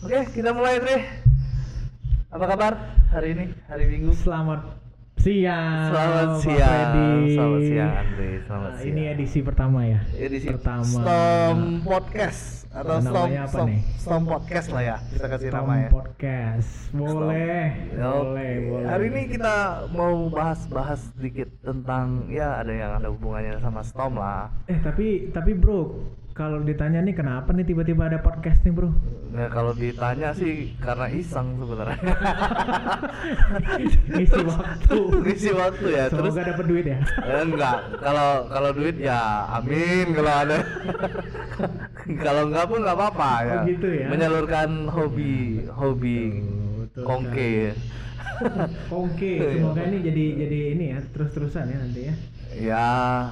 Oke, kita mulai Dre. Apa kabar hari ini? Hari Minggu. Selamat siang. Selamat Pak siang. Freddy. Selamat siang Andre. Selamat siang. Ini edisi pertama ya. Edisi pertama. Storm Podcast atau Namanya apa nih? Storm Podcast lah ya. Kita kasih Storm nama ya. Podcast. Boleh. Oke. Hari ini kita mau bahas sedikit tentang ya ada yang ada hubungannya sama Storm lah. Tapi bro, kalau ditanya nih kenapa nih tiba-tiba ada podcast nih bro? Nah kalau ditanya sih karena iseng sebenarnya. Ngisi waktu. Ngisi waktu ya. Semoga dapat duit ya. Enggak. Kalau duit ya amin kalau ada. Kalau enggak pun enggak apa-apa ya. Oh gitu ya. Menyalurkan hobi Betul kongke ya. Kongke. Semoga ini jadi ini ya terus-terusan ya nanti ya. Ya.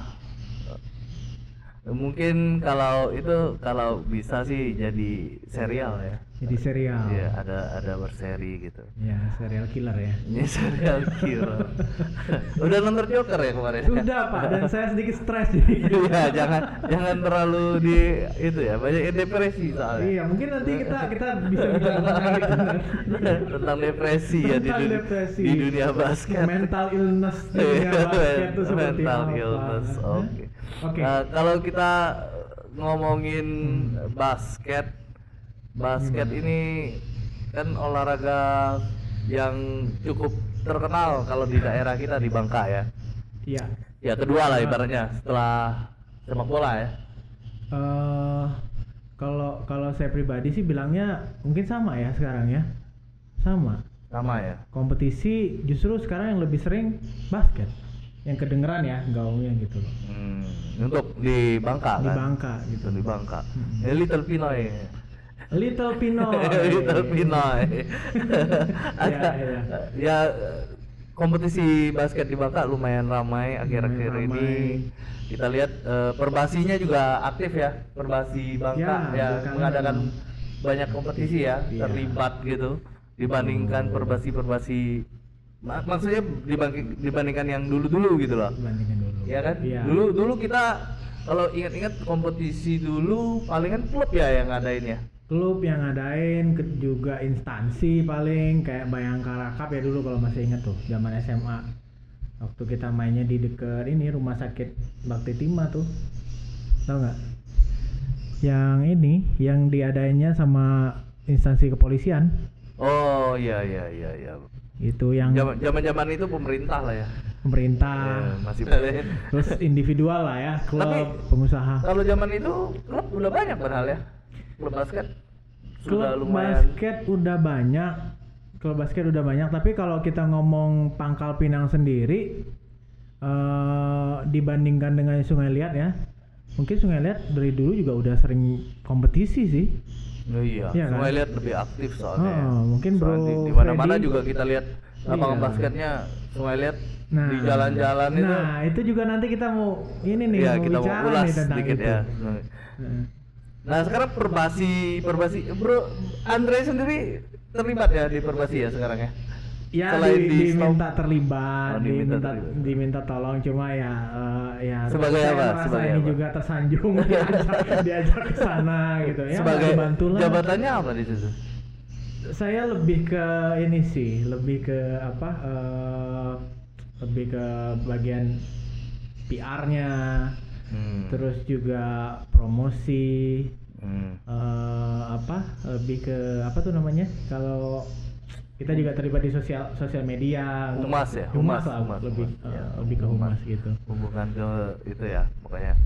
Mungkin kalau bisa sih jadi serial ya. Jadi serial. Iya, ada berseri gitu. Ya, serial killer ya. Ini serial killer. Udah nonton Joker ya kemarin? Sudah Pak, dan saya sedikit stres jadi. Iya, jangan terlalu di itu ya, banyak yang depresi soalnya. Iya, mungkin nanti kita bisa bicara tentang tentang depresi ya depresi. Di dunia basket. Mental illness di dunia basket itu seperti mental apa? illness. Oke. Oke. Kalau kita ngomongin basket ini kan olahraga yang cukup terkenal kalau di daerah kita di Bangka ya. Iya. Ya kedua lah ibaratnya setelah sepak bola ya. Kalau saya pribadi sih bilangnya mungkin sama ya sekarang ya. Sama Ya. Kompetisi justru sekarang yang lebih sering basket. Yang kedengeran ya gaungnya gitu loh. Untuk di Bangka Di kan? Bangka gitu. Di Bangka. Little Pinoy. Little Pinoy. Little Pinoy. Iya. Ya kompetisi basket di Bangka lumayan ramai akhir-akhir ini. Kita lihat Perbasinya juga aktif ya. Perbasi Bangka ya mengadakan banyak kompetisi ya, terlibat gitu dibandingkan perbasi maksudnya dibandingkan yang dulu gitu loh. Dibandingkan dulu. Ya kan? Iya. Dulu kita kalau ingat-ingat kompetisi dulu palingan klub ya yang ngadain ya. Klub yang ngadain juga instansi paling kayak Bayangkara Cup ya dulu kalau masih ingat tuh zaman SMA. Waktu kita mainnya di dekat ini rumah sakit Bakti Tima tuh. Tahu nggak? Yang ini yang diadainnya sama instansi kepolisian. Oh iya. Itu yang Zaman itu pemerintah lah ya. Pemerintah. Ya, masih Terus individual lah ya, klub, tapi pengusaha. kalau zaman itu klub udah banyak padahal ya. Klub basket sudah Klub lumayan. basket udah banyak, tapi kalau kita ngomong Pangkal Pinang sendiri dibandingkan dengan Sungai Liat ya, mungkin Sungai Liat dari dulu juga udah sering kompetisi sih. Oh iya, Iya kan? Sungai Liat lebih aktif soalnya. Mungkin bro di mana-mana Freddy juga kita lihat lapangan basketnya Sungai Liat di jalan-jalan itu. Nah, itu juga nanti kita mau ini nih Iya, mau kita mau bicara ulas nih tentang sedikit itu. ya. Nah, sekarang Perbasi Bro Andre sendiri terlibat ya di Perbasi ya sekarang ya? Ya, diminta terlibat, diminta tolong, cuma ya sebagai saya apa? merasa Sebagai ini apa? juga tersanjung diajak ke sana gitu ya. Sebagai bantulah. jabatannya apa di situ? Saya lebih ke ini sih, lebih ke bagian PR-nya, terus juga promosi, lebih ke apa tuh namanya? Kalau kita juga terlibat di sosial media. Humas ya? Humas lebih ke humas gitu. Hubungan ke itu ya pokoknya.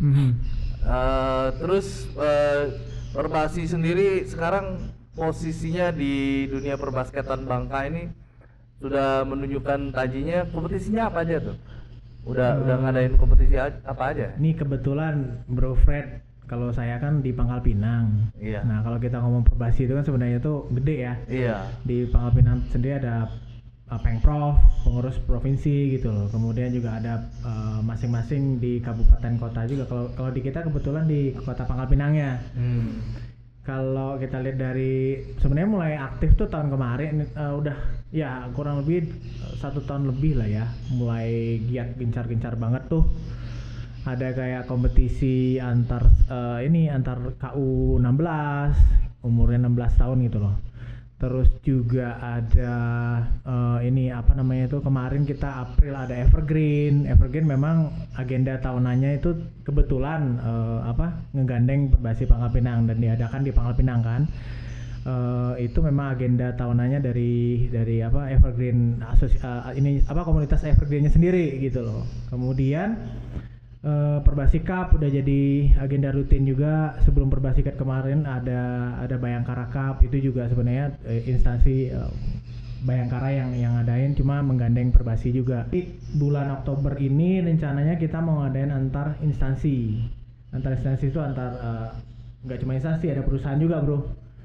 Terus Perbasi sendiri sekarang posisinya di dunia perbasketan Bangka ini sudah menunjukkan tajinya. Kompetisinya apa aja tuh? Udah ngadain kompetisi apa aja? Ini kebetulan Bro Fred, kalau saya kan di Pangkal Pinang. Iya. Nah, kalau kita ngomong Perbasi itu kan sebenarnya itu gede ya. Iya. Di Pangkal Pinang sendiri ada Pengprov, pengurus provinsi gitu loh. Kemudian juga ada masing-masing di kabupaten kota juga. Kalau di kita kebetulan di kota Pangkal Pinangnya. Kalau kita lihat dari sebenarnya mulai aktif tuh tahun kemarin udah ya kurang lebih 1 tahun lebih lah ya, mulai giat gencar-gencar banget tuh. Ada kayak kompetisi antar KU 16 umurnya 16 tahun gitu loh. Terus juga ada ini apa namanya itu, kemarin kita April ada Evergreen. Evergreen memang agenda tahunannya itu kebetulan ngegandeng Perbasi Pangkal Pinang dan diadakan di Pangkal Pinang kan. Itu memang agenda tahunannya dari Evergreen komunitas Evergreennya sendiri gitu loh. Kemudian Perbasi Cup udah jadi agenda rutin juga. Sebelum Perbasi Cup kemarin ada Bayangkara Cup, itu juga sebenarnya instansi Bayangkara yang ngadain, cuma menggandeng Perbasi juga. Di bulan Oktober ini rencananya kita mau ngadain antar instansi itu nggak cuma instansi, ada perusahaan juga bro,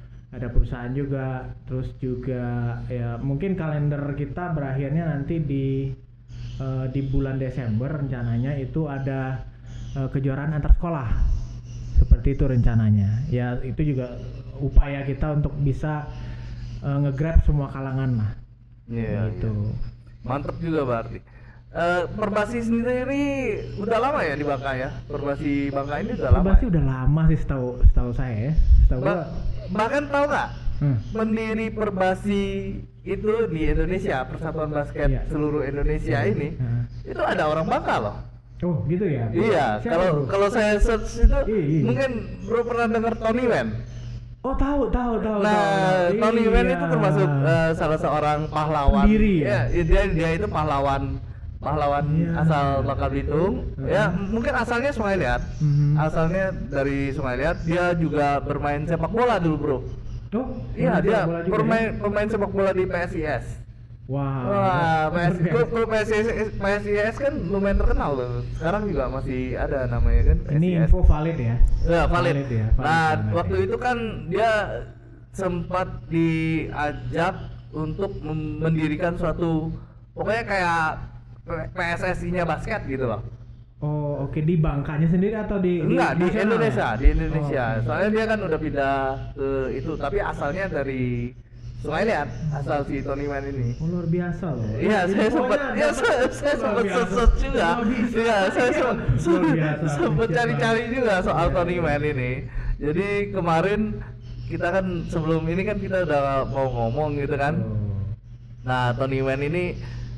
terus juga ya mungkin kalender kita berakhirnya nanti di bulan Desember rencananya itu ada kejuaraan antar sekolah, seperti itu rencananya. Ya itu juga upaya kita untuk bisa nge-grab semua kalangan lah. Iya. Gitu. Mantep juga berarti. Perbasi sendiri udah lama ya di Bangka ya? Perbasi Bangka ini udah lama. Perbasi udah lama sih setahu saya ya. Bahkan tahu nggak? Pendiri Perbasi itu di Indonesia, Persatuan Basket seluruh Indonesia ini, itu ada orang Bangka loh. Oh gitu ya? Iya, kalau saya search itu mungkin bro pernah dengar Tony Wen. Oh tahu. Nah, Tony Wen itu termasuk salah seorang pahlawan. Pendiri ya? Dia itu pahlawan asal Bangka Belitung. Ya mungkin asalnya Sungai Liat. Asalnya dari Sungai Liat. Dia juga bermain sepak bola dulu bro. Oh, iya dia pemain sepak bola di PSIS. Wah, klub PSIS kan lumayan terkenal loh. Sekarang juga masih ada namanya kan. PSIS. Ini info valid ya? Ya valid. Ya, nah waktu itu kan dia sempat diajak untuk mendirikan suatu, pokoknya kayak PSSI-nya basket gitu loh. Oh oke. Di Bangkanya sendiri atau di Indonesia? Di Indonesia. Soalnya dia kan udah pindah ke itu, tapi asalnya dari Sungai Liat, asal si Tony Man ini. Oh luar biasa loh. Iya, saya sempat search juga. Iya, saya sempat cari-cari juga soal Tony Man ini. Jadi kemarin kita kan sebelum ini kan kita udah mau ngomong gitu kan. Nah, Tony Man ini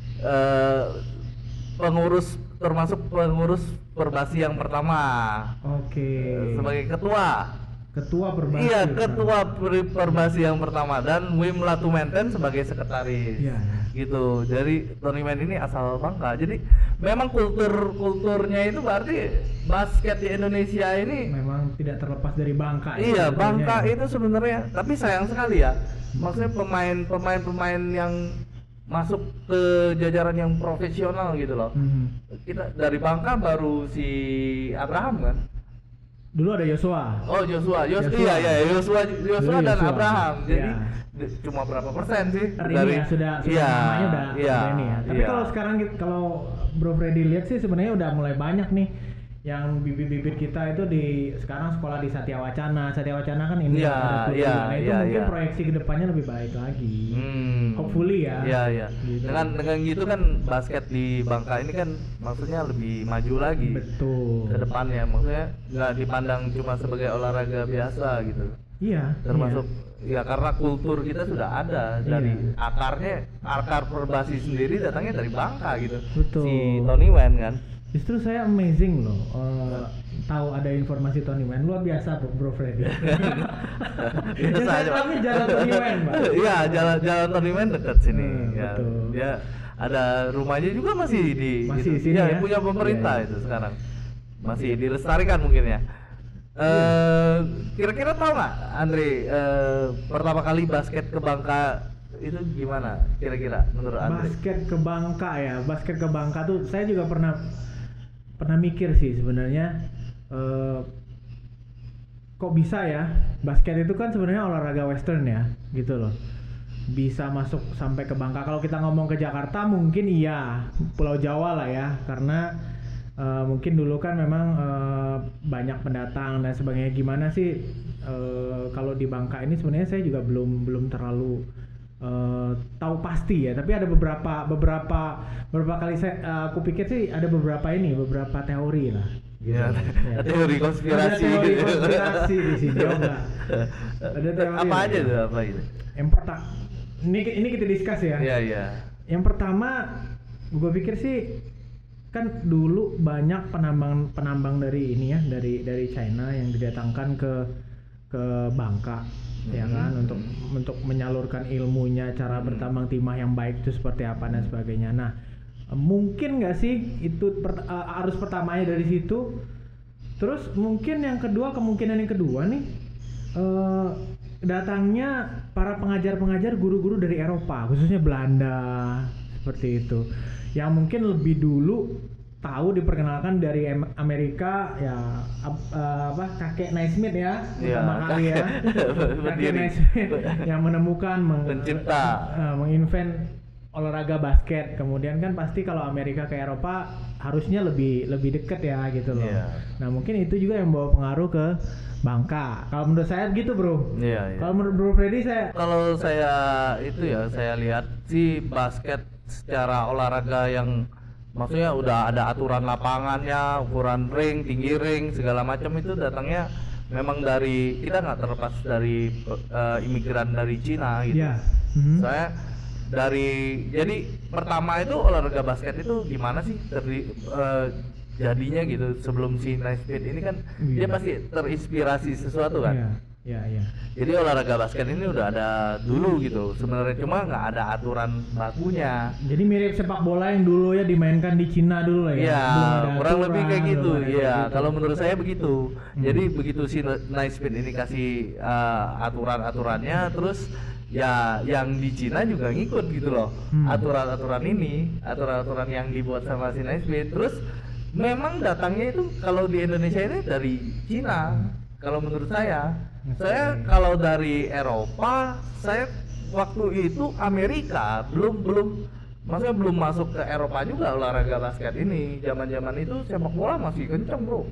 termasuk pengurus Perbasi yang pertama. Oke. Sebagai ketua Perbasi. Iya, ketua Perbasi yang pertama, dan Wim Latumenten sebagai sekretaris. Iya. Gitu. Jadi Tony Man ini asal Bangka. Jadi memang kulturnya itu berarti basket di Indonesia ini memang tidak terlepas dari Bangka. Iya, Bangka itu sebenarnya. Tapi sayang sekali ya. Maksudnya pemain yang masuk ke jajaran yang profesional gitu loh. Kita dari Bangka baru si Abraham kan. Dulu ada Yosua. Oh Yosua dan Abraham. Jadi cuma berapa persen sih dari sudah namanya udah ini ya. Tapi kalau sekarang kalau Bro Freddy lihat sih sebenarnya udah mulai banyak nih yang bibit-bibit kita itu sekarang sekolah di Satya Wacana kan ini ada nah itu mungkin proyeksi kedepannya lebih baik lagi. Hopefully ya. Iya. Gitu. Dengan gitu kan basket di Bangka ini kan maksudnya lebih maju lagi. Betul. Ke depannya maksudnya nggak dipandang cuma sebagai olahraga biasa gitu. Iya. Termasuk ya karena kultur kita sudah ada dari akar Perbasi sendiri datangnya dari Bangka gitu. Betul. Si Tony Wen kan. Justru saya amazing loh, tahu ada informasi Tony Man, luar biasa Bro Freddy. Biasa aja. Tapi jalan Tony Man, Pak. Iya, jalan Tony Man dekat sini. Ya, betul. Dia ada rumahnya juga masih sini ya. Punya pemerintah itu sekarang. Masih dilestarikan mungkin ya. Kira-kira tahu nggak, Andre, pertama kali basket ke Bangka itu gimana kira-kira menurut Andre? Basket ke Bangka tuh saya juga pernah mikir sih sebenarnya, kok bisa ya basket itu kan sebenarnya olahraga western ya gitu loh, bisa masuk sampai ke Bangka. Kalau kita ngomong ke Jakarta mungkin iya, Pulau Jawa lah ya, karena mungkin dulu kan memang banyak pendatang dan sebagainya. Gimana sih kalau di Bangka ini sebenarnya saya juga belum terlalu tahu pasti ya, tapi ada beberapa kali aku pikir sih ada beberapa teori lah Ya, Ya. teori Ada konspirasi. teori konspirasi di sini coba. Ada teori. Apa aja tuh apa itu? Yang pertama, ini kita discuss ya. Iya, iya. Yang pertama, gue pikir sih kan dulu banyak penambang dari ini ya, dari China yang didatangkan ke Bangka, ya kan, untuk menyalurkan ilmunya, cara bertambang timah yang baik itu seperti apa dan sebagainya. Nah, mungkin nggak sih itu arus pertamanya dari situ. Terus mungkin kemungkinan yang kedua nih, datangnya para pengajar-pengajar, guru-guru dari Eropa, khususnya Belanda, seperti itu, yang mungkin lebih dulu tahu diperkenalkan dari Amerika ya, kakek Naismith ya, pertama kali ya, kakek Naismith yang menemukan pencipta, menginvent olahraga basket. Kemudian kan pasti kalau Amerika ke Eropa harusnya lebih deket ya gitu loh. Nah mungkin itu juga yang bawa pengaruh ke Bangka. Kalau menurut saya gitu bro. Kalau menurut Bro Freddy kalau saya itu ya, saya lihat sih basket secara olahraga yang maksudnya udah ada aturan lapangannya, ukuran ring, tinggi ring, segala macam itu datangnya memang dari, kita nggak terlepas dari imigran dari Cina gitu. Saya jadi pertama itu olahraga basket itu gimana sih jadinya gitu, sebelum si Naismith ini kan dia pasti terinspirasi sesuatu kan. Jadi olahraga basket ini udah ada dulu gitu sebenarnya, cuma nggak ada aturan bakunya. Jadi mirip sepak bola yang dulu ya dimainkan di Cina dulu lah ya. Iya, kurang lebih kayak gitu. Iya, kalau menurut saya begitu. Jadi begitu si Naismith ini kasih aturan-aturannya, terus ya yang di Cina juga ngikut gitu loh. Aturan-aturan yang dibuat sama si Naismith. Terus memang datangnya itu kalau di Indonesia ini dari Cina. Kalau menurut saya kalau dari Eropa, saya waktu itu Amerika maksudnya belum masuk ke Eropa juga olahraga basket ini. Zaman itu sepak bola masih kencang bro,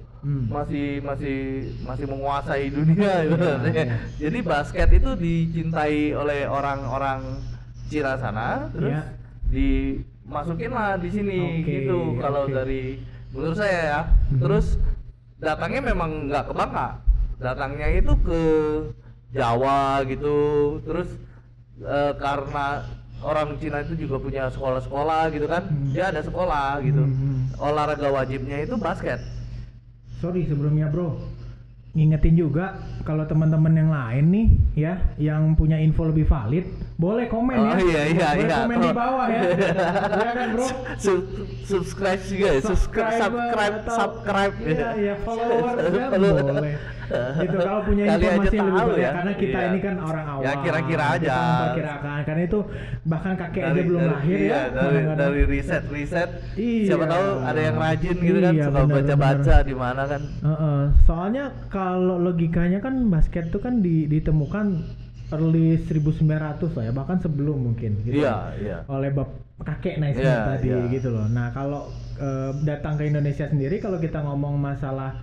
masih menguasai dunia gitu. Jadi basket itu dicintai oleh orang-orang Cina sana, terus dimasukin lah di sini gitu. Kalau dari menurut saya ya, terus datangnya memang nggak ke Bangka. Datangnya itu ke Jawa gitu, terus karena orang Cina itu juga punya sekolah-sekolah gitu kan, dia ada sekolah gitu, olahraga wajibnya itu basket. Sorry sebelumnya bro, ngingetin juga kalau teman-teman yang lain nih ya, yang punya info lebih valid, boleh komen ya. Boleh komen di bawah ya. Ya kan bro? Subscribe juga ya, subscribe. Iya, follower ya boleh. Itu kalau punya informasi yang lebih banyak ya, karena kita ini kan orang awam. Ya kira-kira aja. Memperkirakan, karena itu bahkan kakek aja belum lahir ya. Dari riset. Siapa tahu ada yang rajin gitu kan, suka baca-baca di mana kan. Soalnya kalau logikanya kan basket tuh kan ditemukan early 1900 lah ya, bahkan sebelum mungkin gitu. Oleh kakek Naismith tadi gitu loh. Nah, kalau datang ke Indonesia sendiri, kalau kita ngomong masalah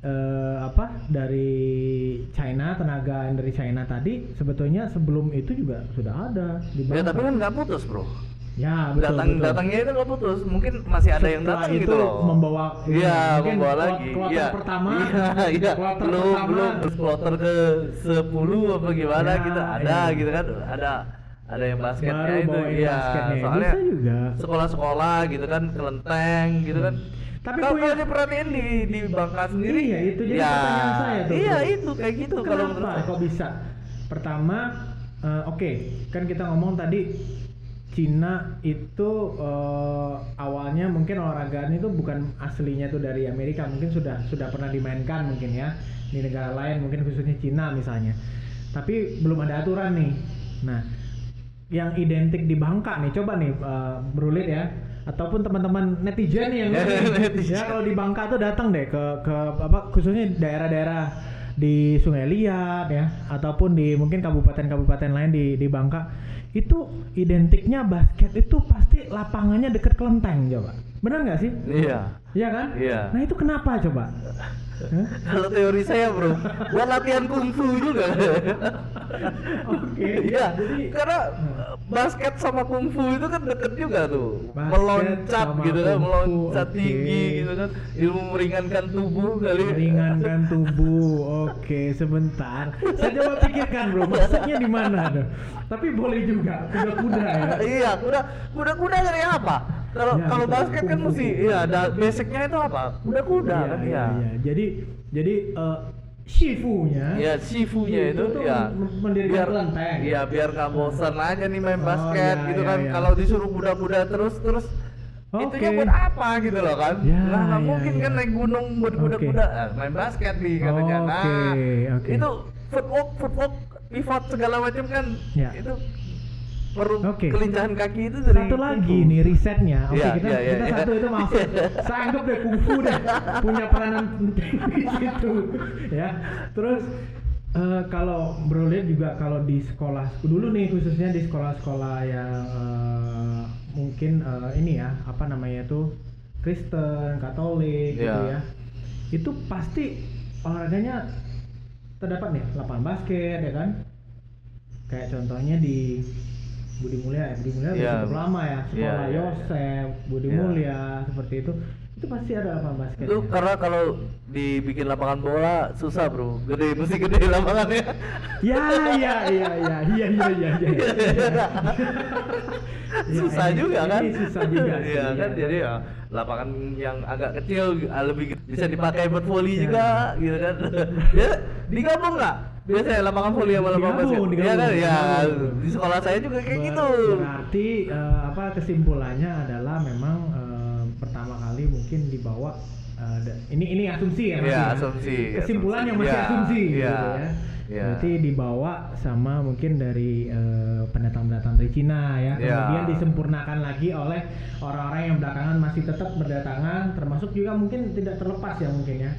dari China, tenaga yang dari China tadi, sebetulnya sebelum itu juga sudah ada di Bangka. Ya tapi kan nggak putus bro. Ya betul. Datangnya itu nggak putus, mungkin masih ada yang datang gitu loh. Membawa lagi. Kloter pertama. Belum terus kloter ke 10 apa gimana gitu ada gitu kan, ada yang basketnya itu. Soalnya juga sekolah-sekolah gitu kan, kelenteng gitu kan. Tapi kalau diperhatiin di Bangka sendiri, itu jadi pertanyaan saya tuh. Itu kayak gitu. Kalau menurut saya kok bisa? Pertama, kan kita ngomong tadi Cina itu awalnya mungkin olahraganya itu bukan aslinya tuh dari Amerika, mungkin sudah pernah dimainkan mungkin ya di negara lain, mungkin khususnya Cina misalnya. Tapi belum ada aturan nih. Nah, yang identik di Bangka nih, coba nih Brulit ya, ataupun teman-teman netizen yang ya kalau di Bangka tuh datang deh ke khususnya daerah-daerah di Sungai Liat ya, ataupun di mungkin kabupaten-kabupaten lain di Bangka, itu identiknya basket itu pasti lapangannya deket kelenteng, coba benar nggak sih? Iya. Iya kan? Iya. Nah itu kenapa coba? Hah? Kalau teori saya bro, buat latihan kungfu juga. Oke. Iya, Jadi karena basket sama kungfu itu kan deket juga tuh, Basket meloncat sama gitu kan, kungfu, meloncat oke. tinggi gitu kan, ilmu meringankan tubuh kali. meringankan tubuh. Oke, sebentar. Saya coba pikirkan bro, maksudnya di mana tuh? Tapi boleh juga kuda-kuda ya. Iya, kuda dari apa? Kalau Ya, kalau betul. basket kan Kungfu. mesti, iya, ada basicnya itu apa? Kuda kan ya. Iya. Jadi Shifu-nya Iya, Shifu-nya itu tuh ya mendirikan kelenteng. iya biar nggak bosan aja nih main Oh, basket iya, gitu iya, kan. iya. Kalau disuruh kuda-kuda terus itunya Oke. buat apa gitu loh kan. Ya, Nah, nggak iya, mungkin iya. kan naik gunung buat Oke. kuda-kuda. Nah, main basket nih katanya. Nah, Oke. itu footwork, pivot segala macam kan Ya. itu perlu Oke. kelincahan kaki itu dari Satu lagi kungfu. nih risetnya. Oke, Iya, kita iya. satu itu maaf. Saya anggap deh kungfu deh punya peranan penting di situ ya. Terus kalau Bro lihat juga kalau di sekolah dulu nih khususnya di sekolah-sekolah yang mungkin ini ya, apa namanya tuh Kristen, Katolik gitu Iya. ya. Itu pasti olahraganya terdapat nih lapangan basket ya kan. Kayak contohnya di Budi Mulia udah Iya. cukup lama ya, sekolah Iya. Yosef, Budi Iya. Mulia seperti itu pasti ada lapangan basket. Itu karena kalau dibikin lapangan bola susah bro, mesti gede lapangannya. Iya. Susah ini- juga kan? Ini susah juga. sih, Iya kan, jadi ya lapangan yang agak kecil lebih bisa dipakai buat volley Iya. juga gitu kan. Ya digabung nggak? Biasanya lapangan volley sama lapangan basket. Digabung, Iya kan? Ya digabung. di sekolah saya juga kayak gitu. Berarti kesimpulannya adalah memang pertama kali mungkin dibawa ini asumsi ya Mas, Iya, ya? asumsi. Kesimpulan yang masih Iya, asumsi iya, gitu ya. iya. Berarti dibawa sama mungkin dari pendatang-pendatang dari Cina ya. Iya. Kemudian disempurnakan lagi oleh orang-orang yang belakangan masih tetap berdatangan, termasuk juga mungkin tidak terlepas ya mungkin ya.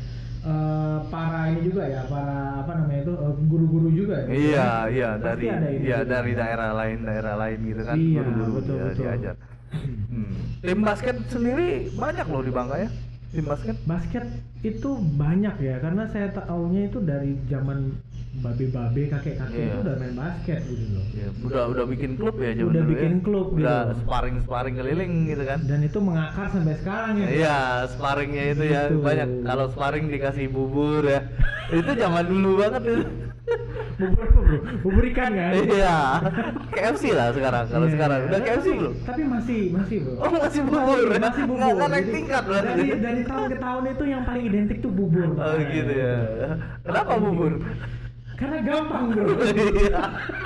Para ini juga ya, para apa namanya itu guru-guru juga ya. Iya, Pasti ada ini juga. dari daerah lain gitu kan, Iya, guru-guru betul. diajar. Tim basket sendiri banyak loh di Bangka ya, tim basket. Basket itu banyak ya, karena saya taunya itu dari zaman babe-babe, kakek-kakek Iya. itu udah main basket gitu loh. Ya, udah bikin klub ya zaman Udah dulu bikin ya. klub Udah gitu. sparring keliling gitu kan. Dan itu mengakar sampai sekarang ya. Iya, sparringnya itu ya Gitu. banyak. Kalau sparring dikasih bubur ya, itu zaman dulu banget itu. Bubur apa bro? Bubur ikan kan? Iya, KFC lah sekarang. Kalau Iya, sekarang iya. udah KFC belum? Tapi masih bro. Oh masih bubur ya? Masih bubur. Nggak naik Jadi, tingkat berarti. dari tahun ke tahun itu yang paling identik tuh bubur. Oh gitu ya. Kenapa bubur? Karena gampang bro. Iya.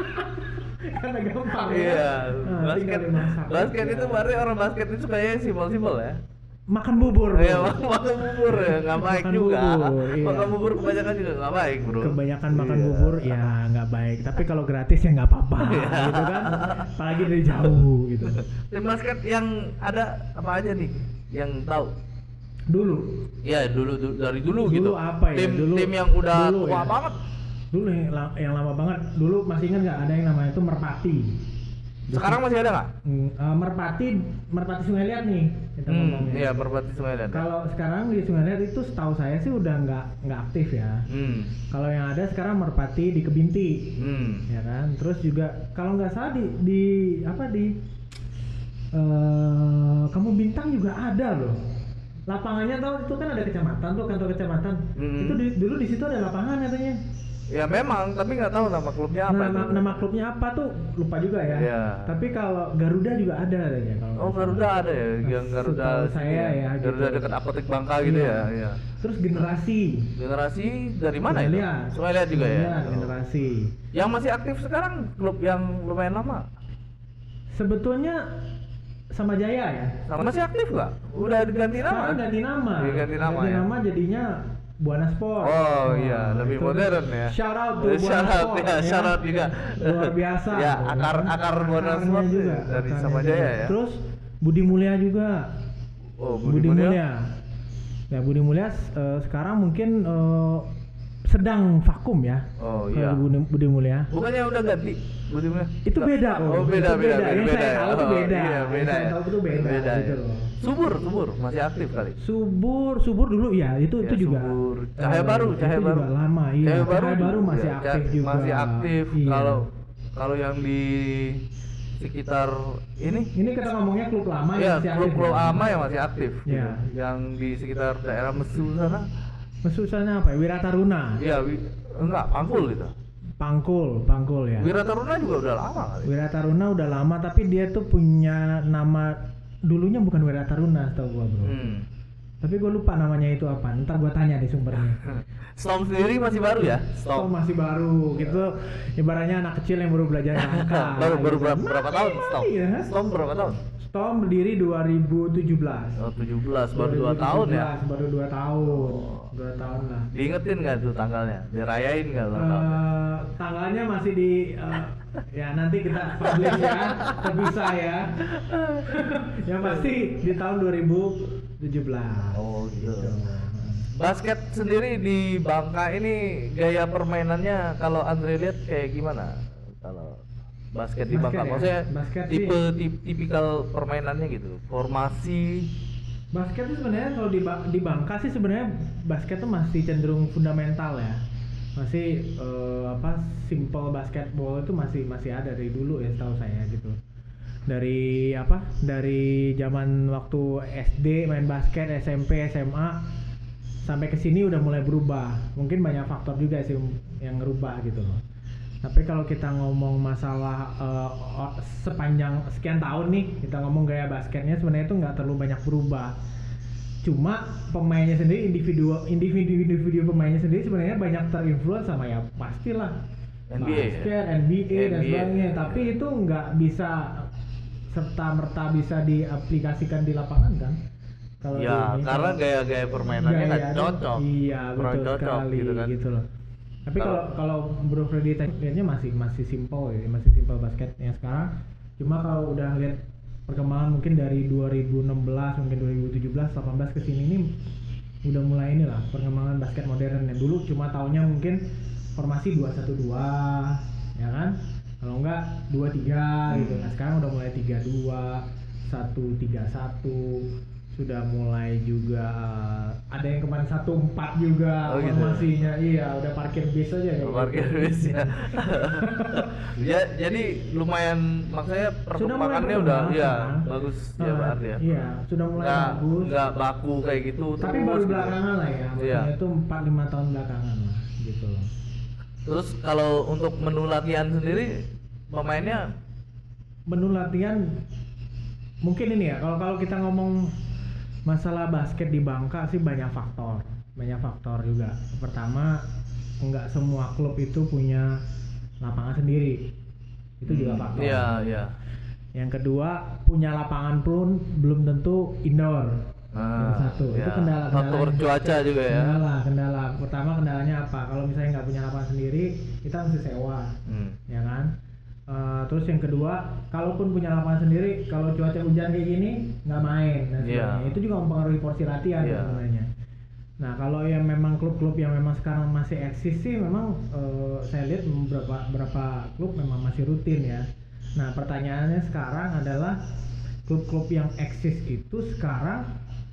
Karena gampang ya. Iya. Nah, tinggal dimasak. Basket itu Ya. berarti orang basket itu kayaknya simpel-simpel ya. Makan bubur bro. Iya, makan bubur ya, nggak baik Makan juga. bubur, iya. Makan bubur kebanyakan juga nggak baik bro. Kebanyakan makan Iya. bubur ya nggak baik, tapi kalau gratis ya nggak apa-apa Iya. gitu kan, apalagi dari jauh gitu. Tim basket yang ada apa aja nih? Yang tahu? Dulu Ya dari dulu gitu. apa ya? Tim yang udah dulu tua ya. banget. Dulu yang lama banget, dulu masih ingat nggak ada yang namanya itu Merpati. Sekarang masih ada nggak? Merpati Sungai Liat nih kita ngomongnya. Iya, Merpati Sungai Liat. Kalau sekarang di Sungai Liat itu setahu saya sih udah nggak aktif ya. Kalau yang ada sekarang Merpati di Kebinti, ya kan. Terus juga kalau nggak salah di Kamu Bintang juga ada loh. Lapangannya tahu itu kan ada kecamatan tuh, kantor kecamatan. Itu dulu di situ ada lapangan katanya. Ya memang, tapi nggak tahu nama klubnya apa. Nama klubnya apa tuh lupa juga ya. Iya. Tapi kalau Garuda juga ada katanya. Kalau Oh Garuda ada ya, yang Garuda. setahu saya ya, Garuda gitu. dekat Apotek Bangka gitu Iya. ya. Iya. Terus Generasi. Generasi dari mana Sungai itu? Liat. Sungai Liat juga Sungai ya. Liat, Oh. Generasi. Yang masih aktif sekarang klub yang lumayan lama. Sebetulnya sama Jaya ya. Masih aktif nggak? Udah diganti nama? Sekarang ganti nama. Iya, ganti nama ya. Jadinya Buana Sport. Oh iya, lebih itu modern ya. Shout out to Buana Shout out, Sport. ya, shout out juga. Luar biasa. Ya, akar Buana Akarnya Sport juga dari akarnya sama juga. Jaya ya. Terus Budi Mulia juga. Oh, Budi Mulia. Ya Budi Mulia sekarang mungkin sedang vakum ya. Oh Kalau iya. Budi Mulia. Bukannya udah ganti? timnya? Itu beda kok. Oh beda. Yang saya tahu itu beda. Iya, beda. Yang saya tahu itu beda gitu ya. loh. Subur masih aktif kali. Subur dulu ya, itu juga Subur. Cahaya baru. juga lama, iya. Cahaya baru masih ya, aktif juga. Masih aktif. Iya. Kalau yang di sekitar ini kita ngomongnya klub lama ya, yang masih aktif. klub lama yang masih aktif. Iya. Yang di sekitar daerah Mesu sana. Mesu sana apa ya? Wirataruna. Iya, enggak, Pangkul itu. Pangkul ya. Wirataruna juga udah lama kali. Wirataruna udah lama, tapi dia tuh punya nama dulunya bukan Wirataruna, setahu gua bro. Tapi gue lupa namanya itu apa. Ntar gua tanya di sumbernya. Storm sendiri masih baru ya? Storm masih baru. Gitu. Ibaratnya anak kecil yang baru belajar angka. baru gitu. berapa tahun Storm? Ya. Storm berapa tahun? Storm berdiri 2017. Oh 17, baru 2 tahun ya? Baru 2 tahun. 2 tahun lah. Diingetin nggak tuh tanggalnya? Dirayain nggak ulang tahun? Tanggalnya masih di ya nanti kita publish ya, terpisah ya. Yang pasti di tahun 2017. Oh gitu. Basket sendiri di Bangka ini gaya permainannya kalau Andre lihat kayak gimana? Kalau basket di Bangka, ya? maksudnya Basket tipikal permainannya gitu, formasi. Basket itu sebenarnya kalau di Bangka sih sebenarnya basket tuh masih cenderung fundamental ya, masih simple basketball itu masih ada dari dulu ya setahu saya gitu. Dari zaman waktu SD main basket, SMP, SMA sampai ke sini udah mulai berubah. Mungkin banyak faktor juga sih yang ngerubah gitu loh. Tapi kalau kita ngomong masalah sepanjang sekian tahun nih, kita ngomong gaya basketnya sebenarnya itu nggak terlalu banyak berubah. Cuma pemainnya sendiri, individu pemainnya sendiri sebenarnya banyak terinfluence sama ya pastilah NBA, basket, NBA dan sebagainya. Tapi itu nggak bisa serta merta bisa diaplikasikan di lapangan kan? Kalau ya karena gaya-gaya permainannya nggak cocok. Iya betul sekali gitu kan. Gitu loh. Tapi kalau Bro Freddy lihatnya masih simple ya, masih simple basketnya sekarang. Cuma kalau udah lihat perkembangan mungkin dari 2016 mungkin 2017 18 ke sini ini udah mulai inilah perkembangan basket modern yang dulu cuma taunya mungkin formasi 2-1-2 ya kan, kalau enggak 2-3 gitu. Nah sekarang udah mulai 3-2 1-3-1, sudah mulai juga ada yang kemarin 1-4 juga formasinya gitu. Iya udah parkir bis aja ya. Parkir bis ya. Ya jadi lumayan, maksudnya perkembangannya udah bagus ya berarti ya. Iya sudah mulai bagus. Nggak baku kayak gitu. Tapi baru belakangan lah ya. Maksudnya itu 4-5 tahun belakangan lah gitu loh. Terus kalau untuk menu latihan sendiri pemainnya? Menu latihan mungkin ini ya, kalau kita ngomong masalah basket di Bangka sih banyak faktor juga. Pertama, nggak semua klub itu punya lapangan sendiri, itu juga faktor. Iya. Yang kedua, punya lapangan pun belum tentu indoor. Yang satu, itu kendala cuaca juga ya. Kendala. Pertama kendalanya apa? Kalau misalnya nggak punya lapangan sendiri, kita mesti sewa, ya kan? Terus yang kedua, kalaupun punya lapangan sendiri, kalau cuaca hujan kayak gini nggak main dan sebagainya. Itu juga mempengaruhi porsi latihan sebenarnya. Nah kalau yang memang klub-klub yang memang sekarang masih eksis sih memang saya lihat beberapa klub memang masih rutin ya. Nah pertanyaannya sekarang adalah klub-klub yang eksis itu sekarang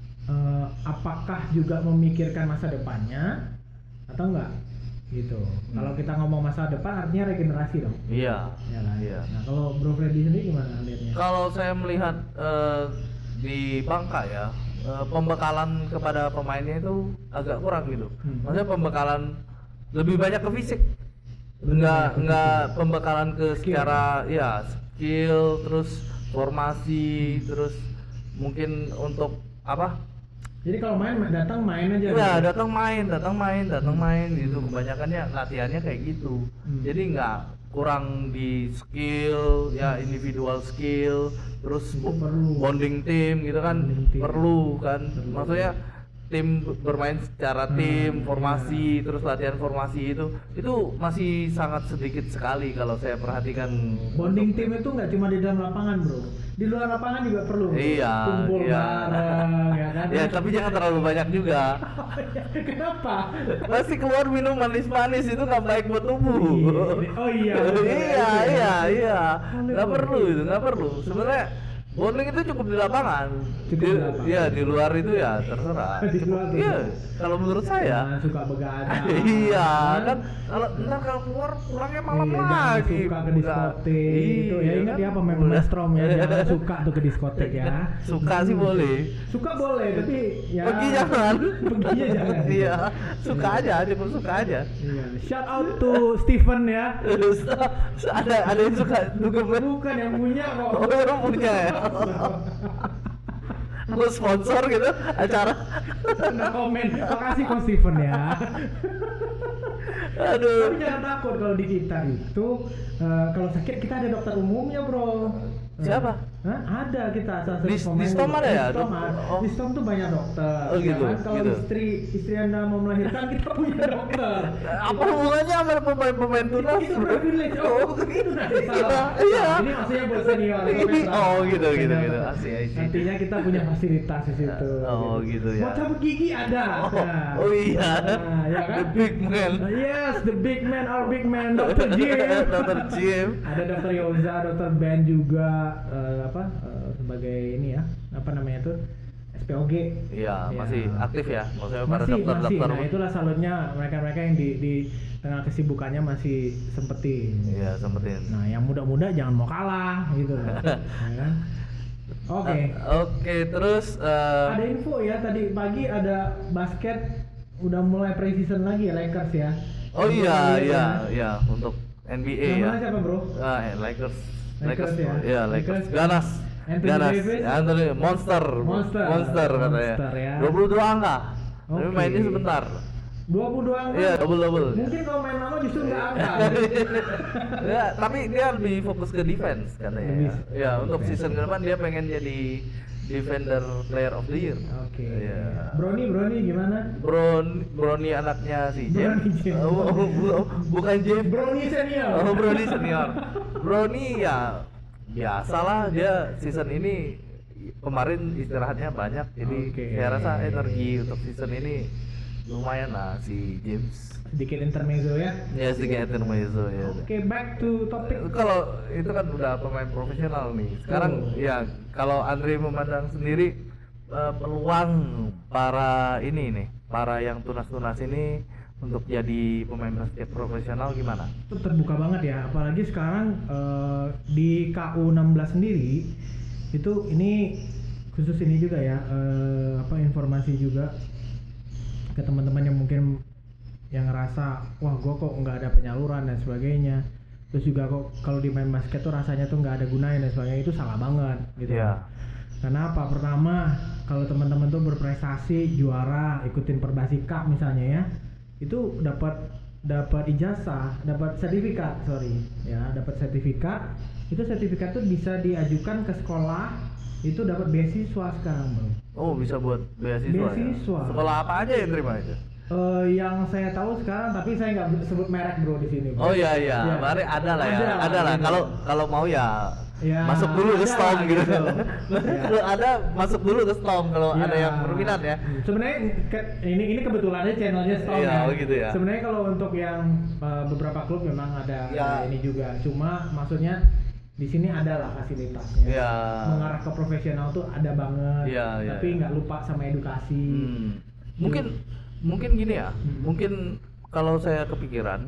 apakah juga memikirkan masa depannya atau enggak? Gitu. Kalau kita ngomong masa depan artinya regenerasi dong. Iya. Ya kan? Iya. Nah, kalau Bro Freddy sendiri gimana lihatnya? Kalau saya melihat di Bangka ya, pembekalan kepada pemainnya itu agak kurang gitu. Maksudnya pembekalan lebih banyak ke fisik. Enggak pembekalan ke secara skill, terus formasi, terus mungkin untuk apa? Jadi kalau datang main aja. Ya, datang main gitu. Kebanyakannya latihannya kayak gitu. Jadi nggak kurang di skill, ya individual skill, terus bonding tim gitu kan perlu kan. Maksudnya tim bermain secara tim, formasi, terus latihan formasi itu masih sangat sedikit sekali kalau saya perhatikan. Bonding tim itu nggak cuma di dalam lapangan bro, di luar lapangan juga perlu. Iya, kumpul iya. bareng, ya kan? Ya tapi jangan terlalu banyak juga. Kenapa? Pasti keluar minum manis-manis itu nggak baik buat tubuh. Oh iya. Iya. Nggak perlu. Sebenarnya bonding itu cukup di lapangan. Iya, di luar itu ya terserah. Di luar tuh. Iya, kalau menurut saya. Jangan suka begadang. Iya, kan kalau keluar pulangnya malam lagi. Suka ke diskotik gitu. Ya ingat ya pemain Strom ya, jangan suka tuh ke diskotik ya. Suka sih boleh. Suka boleh, tapi ya Pergi jangan. Perginya jangan. Iya, suka aja, cuma suka aja. Iya. Shout out to Steven ya. ada yang suka juga Bukan yang punya kok. Oh, orang punya ya. Lu sponsor gitu acara. Nah, komen. Makasih kok Steven ya. Aduh. Tapi jangan takut kalau di kita itu kalau sakit kita ada dokter umumnya bro. Siapa? Hah? Ada kita salah Di pemain Stom ada ya? Di Stom ada. Oh. Di Stom tuh banyak dokter. Oh, gitu, Ya kan? Kalau gitu. istri Anda mau melahirkan kita punya dokter. Apa hubungannya sama pemain tunas? Itu privilege. Oh, itu nanti salah. Iya. Ini maksudnya buat senior. Oh, gitu. Senior. Asik. Nantinya kita punya fasilitas di situ. Oh, gitu ya. Mau cabut gigi ada. Nah. Oh iya. Nah, ya kan? The big man. Yes, the big man, our big man, Dr. Jim. Dr. Jim. Ada Dr. Yoza, Dr. Ben juga sebagai ini ya, apa namanya tuh? SPOG. Iya, Ya. masih aktif ya. Maksudnya para Masih. dokter-dokter. Nah, itulah salutnya mereka-mereka yang di tengah kesibukannya masih sempetin. Iya, sempetin. Nah, yang muda-muda jangan mau kalah gitu loh. Ya kan? Oke. Oke, terus Ada info ya tadi pagi ada basket udah mulai pre-season lagi ya Lakers ya. oh Untuk iya, untuk NBA Namanya ya. siapa bro? Lakers Lakers ya? Iya, Lakers. Lakers. Ganas. Anthony Davis? Anthony Monster katanya. Monster, ya. 22 angka. Tapi Oke. mainnya sebentar. 22 angka. Iya, double. Mungkin kalau main lama justru nggak angka. Ya, tapi dia lebih fokus ke defense katanya. Lebih Ya, untuk defense. season ke depan dia pengen jadi defender player of the year. Oke. Iya. Brony gimana? Brony anaknya si James. Brony James. Bukan James. Brony senior. Oh, Brony senior. Brony ya biasalah, dia season ini kemarin istirahatnya banyak, jadi Oke. saya rasa energi untuk season ini lumayan lah si James. Sedikit intermezzo ya. Ya sedikit intermezzo ya. Oke, back to topic. Kalau itu kan udah pemain profesional nih. Sekarang ya kalau Andre memandang sendiri peluang para yang tunas-tunas ini untuk jadi pemain basket profesional gimana? Itu terbuka banget ya, apalagi sekarang di KU 16 sendiri itu ini khusus ini juga ya, informasi juga ke teman-teman yang mungkin yang ngerasa wah gue kok nggak ada penyaluran dan sebagainya, terus juga kok kalau di main basket tuh rasanya tuh nggak ada gunanya dan sebagainya, itu salah banget gitu. Iya. Karena apa? Pertama, kalau teman-teman tuh berprestasi juara ikutin Perbasi Cup misalnya ya, itu dapat ijazah, dapat sertifikat, dapat sertifikat. Itu sertifikat tuh bisa diajukan ke sekolah, itu dapat beasiswa sekarang bro. Oh, bisa buat beasiswa. Beasiswa. Ya? Sekolah apa aja yang terima itu? Yang saya tahu sekarang, tapi saya nggak sebut merek bro di sini. Bro. Oh iya. Mari ada lah ya. Ada lah. gitu. Kalau mau ya Ya, masuk dulu ke ada Stom lah gitu. gitu. Kalau ada masuk dulu ke Stom kalau Ya. ada yang berminat ya. Sebenarnya ini kebetulan aja channelnya Storm Iya, ya. oh gitu ya. Sebenarnya kalau untuk yang beberapa klub memang ada Ya. ini juga. Cuma maksudnya di sini ada lah fasilitasnya. Ya. Mengarah ke profesional tuh ada banget. Iya, Tapi iya. nggak lupa sama edukasi. Mungkin gini ya. Mungkin kalau saya kepikiran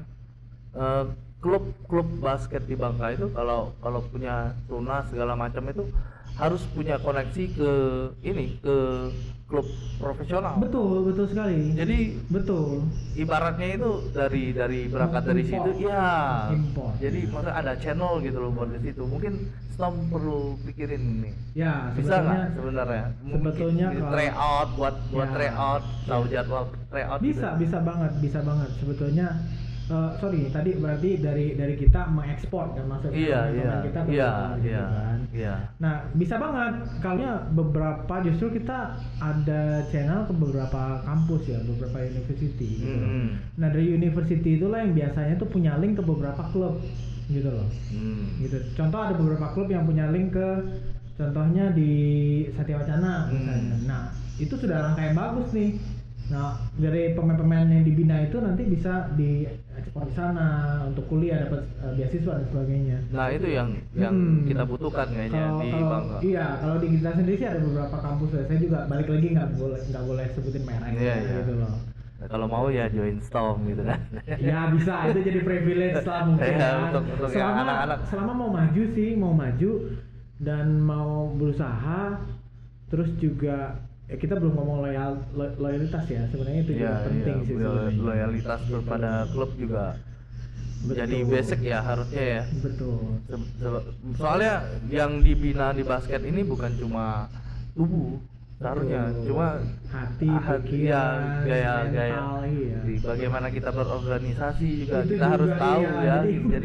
klub basket di Bangka itu kalau punya tunas segala macam itu harus punya koneksi ke klub profesional. Betul sekali. Jadi betul. ibaratnya itu dari berangkat dari situ ya. Import. Jadi maksudnya ada channel gitu loh buat di situ. Mungkin Stom perlu pikirin nih. Ya, Bisa nggak sebenarnya? sebetulnya kalau- tryout buat Ya. tryout, tahu jadwal tryout. Bisa banget sebetulnya. sorry tadi berarti dari kita mengekspor kan maksudnya pemain kita ke luar gitu kan. Nah bisa banget kalau beberapa justru kita ada channel ke beberapa kampus ya, beberapa university gitu loh. Nah dari university itulah yang biasanya tuh punya link ke beberapa klub gitu loh. Gitu. Contoh ada beberapa klub yang punya link ke, contohnya di Satya Wacana misalnya. Nah itu sudah langkah yang bagus nih. Nah dari pemain-pemain yang dibina itu nanti bisa diekspor di sana untuk kuliah, dapat beasiswa dan sebagainya. Nah itu yang kita butuhkan kayaknya di Bangka. Iya, kalau di kita sendiri sih ada beberapa kampus. Saya juga balik lagi nggak boleh sebutin merek gitu loh. Nah, kalau mau ya join Storm gitu kan. Ya bisa, itu jadi privilege lah mungkin. Untuk selama mau maju dan mau berusaha, terus juga kita belum ngomong loyalitas ya, sebenarnya itu juga penting sih sebenarnya. Loyalitas kepada klub juga jadi basic ya harusnya ya. Betul. Soalnya yang dibina di basket ini bukan cuma tubuh seharusnya, cuma hati, pikiran, gaya bagaimana kita berorganisasi juga kita harus tahu ya. Jadi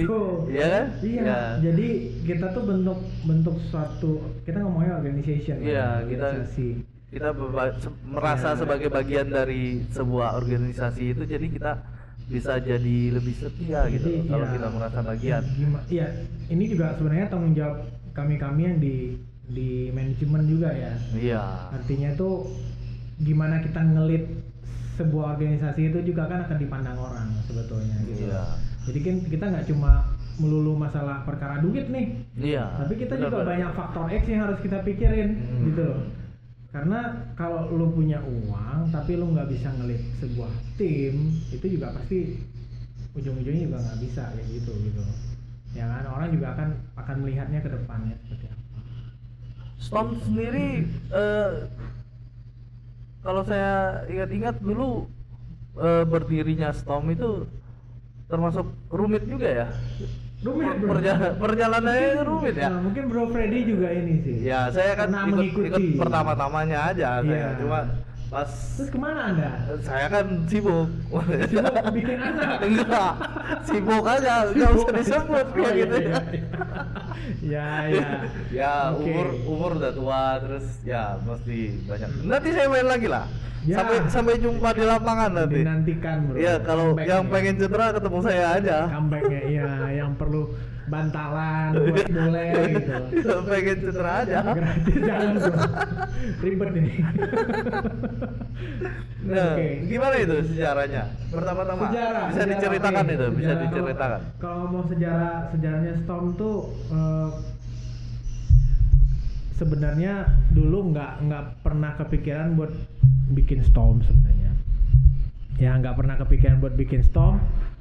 jadi kita tuh bentuk suatu, kita ngomongnya organization kita merasa sebagai bagian dari sebuah organisasi itu, jadi kita bisa jadi lebih setia gitu kalau kita merasa bagian. Iya, ini juga sebenarnya tanggung jawab kami yang di manajemen juga ya. Iya. Artinya tuh gimana kita ngelit sebuah organisasi itu juga kan akan dipandang orang sebetulnya gitu. Iya. Jadi kan kita nggak cuma melulu masalah perkara duit nih. Iya. Tapi kita juga banyak faktor X yang harus kita pikirin gitu loh. Karena kalau lu punya uang tapi lu nggak bisa ngelit sebuah tim, itu juga pasti ujung-ujungnya juga nggak bisa kayak gitu. Ya kan, orang juga akan melihatnya ke depannya seperti apa. Storm sendiri kalau saya ingat-ingat dulu berdirinya Storm itu termasuk rumit juga ya. Perjalanannya rumit ya. Nah, mungkin Bro Freddy juga ini sih. Ya, saya kan ikut pertama-tamanya aja. Saya cuma pas. Terus kemana Anda? Saya kan sibuk. Sibuk bikin anak? Enggak, sibuk aja, nggak usah disebut kayak gitu ya. Ya, umur udah tua, terus ya mesti banyak. Nanti saya main lagi lah. Ya. Sampai jumpa di lapangan nanti. Dinantikan bro. Iya, kalau yang pengen cedera ketemu saya aja. Comebacknya iya, yang perlu bantalan buat boleh gitu. Kalau pengen cedera aja. Gratis jangan bro. Ribet ini. Nah, gimana itu sejarahnya? Pertama-tama bisa diceritakan itu, bisa diceritakan. Kalau ngomong sejarahnya Storm tuh sebenarnya dulu nggak pernah kepikiran buat bikin Storm sebenarnya. Ya nggak pernah kepikiran buat bikin Storm.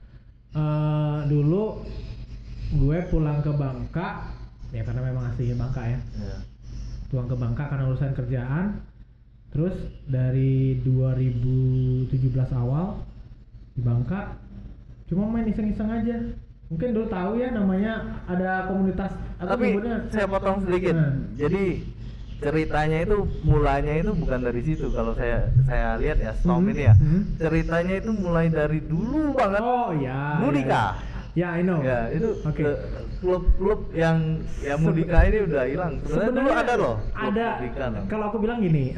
Dulu gue pulang ke Bangka ya karena memang aslinya Bangka ya. Pulang ke Bangka karena urusan kerjaan. Terus dari 2017 awal di Bangka cuma main iseng-iseng aja. Mungkin dulu tahu ya namanya ada komunitas. Tapi saya potong sedikit. Jadi ceritanya itu mulanya itu bukan dari situ kalau saya lihat ya Storm ini ya. Ceritanya itu mulai dari dulu banget. Oh ya. Mudika. Ya, I know. Ya, itu klub-klub yang Mudika ini udah hilang. Sebenarnya dulu ada loh. Ada. Kalau aku bilang gini,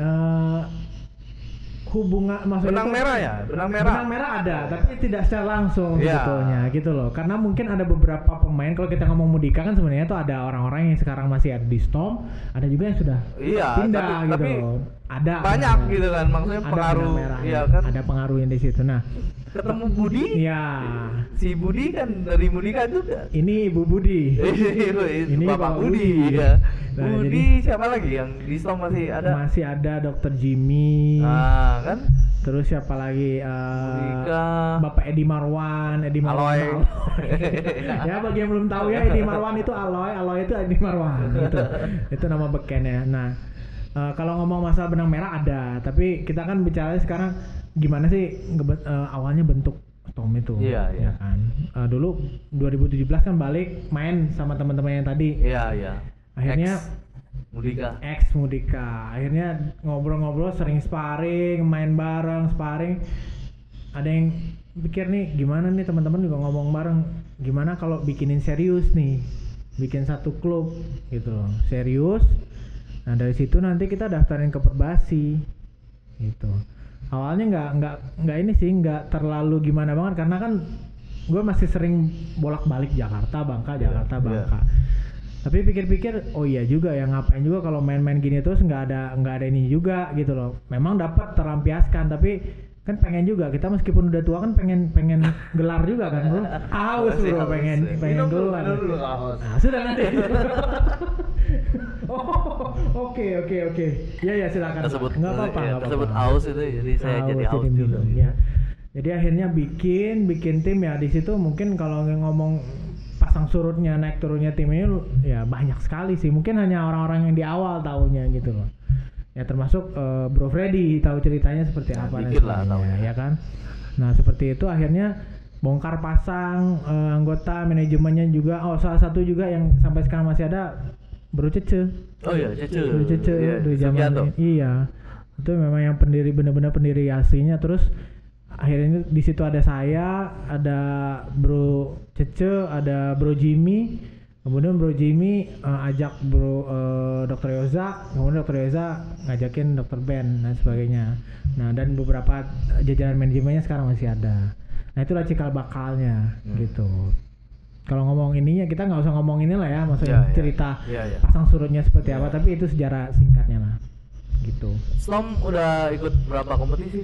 hubungan maksudnya benang merah ada tapi tidak secara langsung sebetulnya gitu loh, karena mungkin ada beberapa pemain. Kalau kita ngomong Mudika kan sebenarnya tuh ada orang-orang yang sekarang masih ada di Storm, ada juga yang sudah pindah tapi loh. Ada banyak gitu kan, maksudnya pengaruh kan, ada pengaruh yang di situ. Nah ketemu Budi si Budi kan dari Mudika juga, ini Ibu Budi ini Bapak Budi ya. Nah, Budi siapa lagi yang di Storm masih ada Dr. Jimmy kan, terus siapa lagi Mudika, Bapak Edi Marwan Aloy. Ya bagi yang belum tahu ya, Edi Marwan itu Aloy itu Edi Marwan gitu. Itu nama bekennya. Nah kalau ngomong masalah benang merah ada, tapi kita kan bicara sekarang gimana sih awalnya bentuk Storm itu, ya kan. Dulu 2017 kan balik main sama teman-teman yang tadi. Akhirnya ex Mudika. Akhirnya ngobrol-ngobrol, sering sparring, main bareng, sparring. Ada yang pikir nih gimana nih, teman-teman juga ngomong bareng, gimana kalau bikinin serius nih, bikin satu klub gitu loh, serius. Nah dari situ nanti kita daftarin ke Perbasi gitu. Awalnya nggak ini sih, nggak terlalu gimana banget karena kan gue masih sering bolak-balik Jakarta Bangka. Tapi pikir-pikir, oh iya juga ya, ngapain juga kalau main-main gini terus nggak ada ini juga gitu loh. Memang dapat terlampiaskan, tapi kan pengen juga kita meskipun udah tua kan pengen gelar juga kan bro. Haus bro, pengen gelar. Nah sudah nanti. Oke. Ya silakan. Nggak apa-apa. Tersebut haus itu, jadi saya jadi haus juga. Ya. Jadi akhirnya bikin tim ya. Di situ mungkin kalau ngomong pasang surutnya, naik turunnya tim ini ya banyak sekali sih. Mungkin hanya orang-orang yang di awal taunya gitu loh. Ya termasuk Bro Freddy tahu ceritanya seperti apa dikit lah tahunya, ya kan. Nah seperti itu akhirnya bongkar pasang anggota manajemennya juga. Salah satu juga yang sampai sekarang masih ada Bro Cece. Oh iya Cece. Bro Cece dari zaman ini. Iya. Itu memang yang benar-benar pendiri aslinya. Terus akhirnya di situ ada saya, ada Bro Cece, ada Bro Jimmy. Kemudian Bro Jimmy ajak Bro Dr. Yoza, kemudian Dr. Yoza ngajakin Dr. Ben dan sebagainya. Nah dan beberapa jajaran manajemennya sekarang masih ada. Nah itulah cikal bakalnya gitu. Kalau ngomong ininya kita nggak usah ngomong ini lah ya, maksudnya cerita pasang surutnya seperti apa, tapi itu sejarah singkatnya lah gitu. Storm udah ikut berapa kompetisi?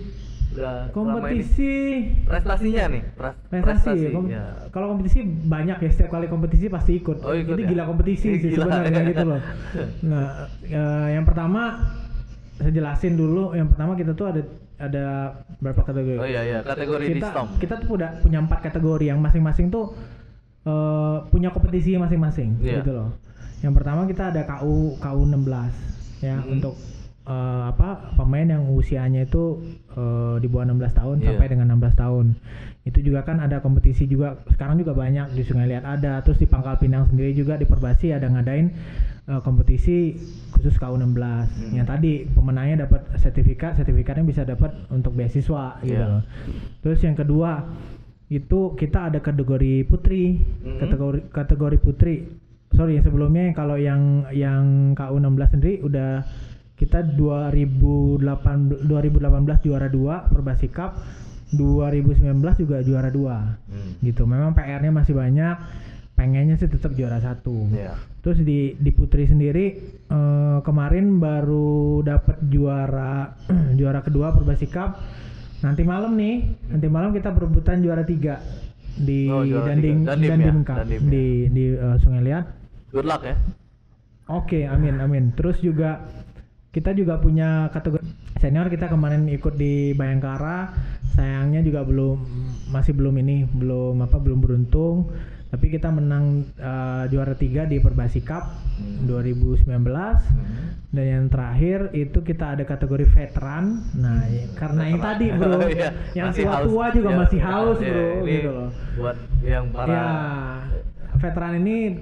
Kompetisi prestasinya nih prestasi kalau kompetisi banyak ya, setiap kali kompetisi pasti ikut. Jadi ya? Gila kompetisi sih sebenarnya gitu loh. Nah yang pertama saya jelasin dulu, yang pertama kita tuh ada berapa kategori? Kategori di Storm kita tuh punya 4 kategori yang masing-masing tuh punya kompetisi masing-masing gitu loh. Yang pertama kita ada KU 16 ya, untuk pemain yang usianya itu di bawah 16 tahun sampai dengan 16 tahun. Itu juga kan ada kompetisi juga, sekarang juga banyak di Sungai Liat ada, terus di Pangkal Pinang sendiri juga di Perbasi ada ngadain kompetisi khusus KU16. Yang tadi pemenangnya dapat sertifikatnya bisa dapat untuk beasiswa gitu loh. Terus yang kedua itu kita ada kategori putri, kategori putri. Sorry yang sebelumnya kalau yang KU16 sendiri udah kita 2018 juara 2 Perbasi Cup, 2019 juga juara 2 gitu. Memang PR-nya masih banyak, pengennya sih tetap juara 1. Terus di putri sendiri kemarin baru dapat juara kedua Perbasi Cup. Nanti malam kita berebutan juara 3 di Dandim Cup di Sungai Liat. Good luck ya. Oke, amin. Terus juga kita juga punya kategori senior, kita kemarin ikut di Bayangkara, sayangnya juga masih belum beruntung, tapi kita menang juara 3 di Perbasi Cup 2019. Dan yang terakhir itu kita ada kategori veteran. Nah karena yang tadi bro yang tua-tua juga masih haus bro gitu loh. Buat yang para veteran ini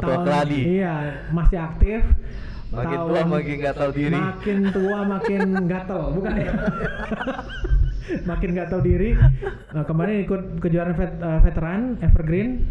masih aktif. Makin tua makin nggak tahu diri. Makin tua makin gatel, bukan ya? Makin nggak tahu diri. Nah, kemarin ikut kejuaraan veteran Evergreen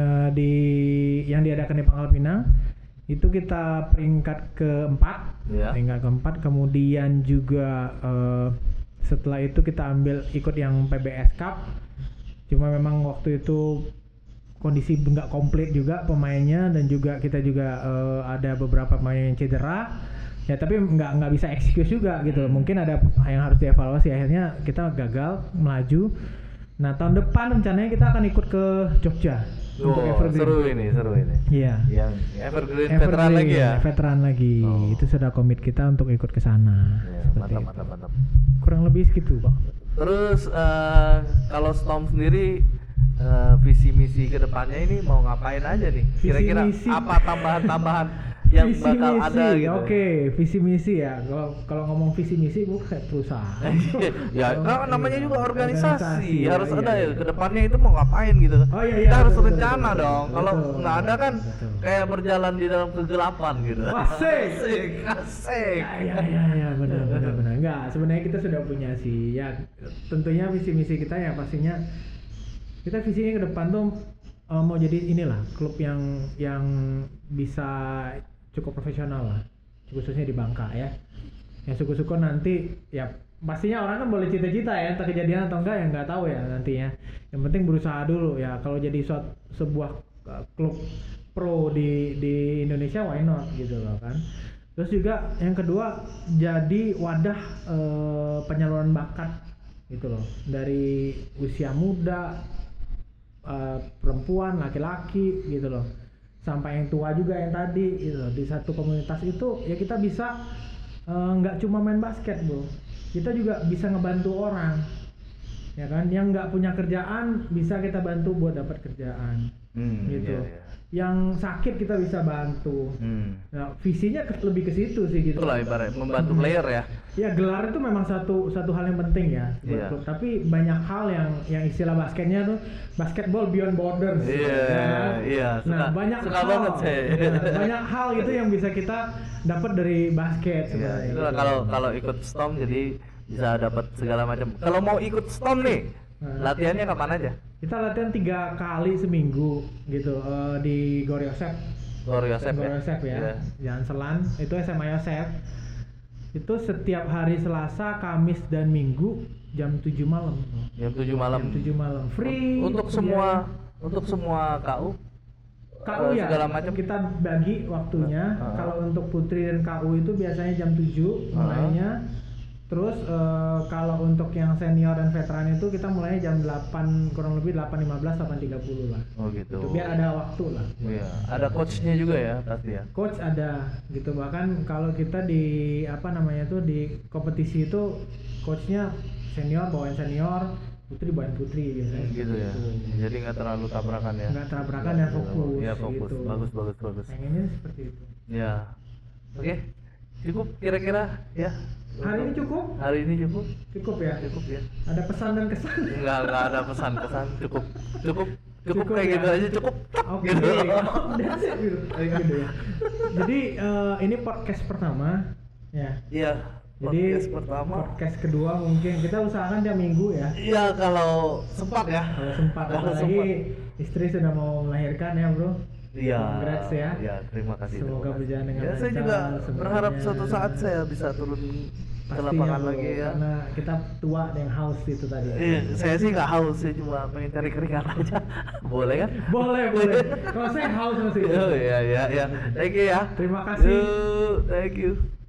yang diadakan di Pangkal Pinang. Itu kita peringkat keempat. Kemudian juga setelah itu kita ikut yang PBS Cup. Cuma memang waktu itu kondisi nggak komplit juga pemainnya, dan juga kita juga ada beberapa pemain yang cedera ya, tapi nggak bisa excuse juga gitu. Mungkin ada yang harus dievaluasi, akhirnya kita gagal melaju. Nah tahun depan rencananya kita akan ikut ke Jogja untuk Evergreen. Seru ini iya, yang Evergreen veteran lagi ya, veteran lagi. Itu sudah komit kita untuk ikut ke sana. Mantap. Kurang lebih segitu Bang. Terus kalau Storm sendiri visi misi kedepannya ini mau ngapain aja nih? Kira-kira apa tambahan yang bakal ada gitu? Oke, visi misi ya. Kalau ngomong visi misi gue kayak perusahaan. Ya, kan namanya juga organisasi. Harus ada ya kedepannya itu mau ngapain gitu. Kita harus rencana dong. Kalau nggak ada kan kayak berjalan di dalam kegelapan gitu. Asik. Ya, benar. Enggak, sebenarnya kita sudah punya sih. Ya, tentunya visi misi kita ya pastinya Kita visinya ke depan tuh mau jadi inilah klub yang bisa cukup profesional lah, khususnya di Bangka ya. Yang syukur-syukur nanti ya pastinya orang kan boleh cita-cita ya, entah kejadian atau enggak ya nggak tahu ya nantinya. Yang penting berusaha dulu ya. Kalau jadi sebuah klub pro di Indonesia, why not gitu loh kan. Terus juga yang kedua jadi wadah penyaluran bakat gitu loh, dari usia muda, perempuan, laki-laki gitu loh, sampai yang tua juga yang tadi gitu loh. Di satu komunitas itu ya kita bisa nggak cuma main basket bro, kita juga bisa ngebantu orang ya kan, yang nggak punya kerjaan bisa kita bantu buat dapat kerjaan gitu. Iya. Yang sakit kita bisa bantu. Nah, visinya lebih ke situ sih gitu. Itulah ibarat membantu player ya. Ya gelar itu memang satu hal yang penting ya buat Iya. klub. Tapi banyak hal yang istilah basketnya tuh basketball beyond borders. Iya, ya kan? iya. Nah banyak suka hal, banget saya. ya, banyak hal itu yang bisa kita dapat dari basket Iya, sebenarnya. itulah kalau ikut Storm jadi bisa dapat segala macam. Kalau mau ikut Storm nih, latihannya kapan aja? Kita latihan 3 kali seminggu gitu di Gor Yosef. Gor Yosef Gor ya. Yosef ya. Iya. Jalan Selan itu SMA Yosef. Itu setiap hari Selasa, Kamis dan Minggu jam 7 malam. Jam 7 malam. Jam 7 malam. Free Untuk semua KU KU ya, segala macam kita bagi waktunya. Kalau untuk putri dan KU itu biasanya jam 7 mulainya. Terus kalau untuk yang senior dan veteran itu kita mulainya jam 8, kurang lebih 8.15, 8.30 lah. Oh gitu. Itu biar ada waktu lah. Iya, ada coachnya juga ya pasti ya. Coach ada gitu, bahkan kalau kita di di kompetisi itu coachnya senior bawain senior, putri bawain putri biasanya. Gitu ya. Jadi nggak terlalu tabrakan ya. Nggak tabrakan dan fokus. Iya fokus. Gitu. Bagus. Pengennya seperti itu. Ya. Oke. Cukup kira-kira ya. Hari ini cukup? Hari ini cukup. Cukup ya? Cukup ya. Ada pesan dan kesan? Enggak ada pesan-pesan. Cukup kayak ya? gitu aja cukup. Oke. Gitu. That's it, gitu. Gitu ya. Jadi ini podcast pertama ya. Iya. Jadi Podcast pertama. podcast kedua mungkin kita usahakan tiap minggu ya. Iya kalau sempat ya. Kalau sempat, Kalau apalagi sempat. istri sudah mau melahirkan ya bro. Iya. Congrats ya. Iya, terima kasih. Semoga berjalan dengan ya, saya lancar juga sebenarnya. berharap suatu saat saya bisa turun ke Pastinya, lapangan bro, lagi ya. karena kita tua dan haus itu tadi. Iya, saya sih nggak haus, saya cuma pengen cari keringat aja. Boleh kan? Boleh. Kalau saya haus masih. Oh iya. Thank you ya. Terima kasih. Thank you.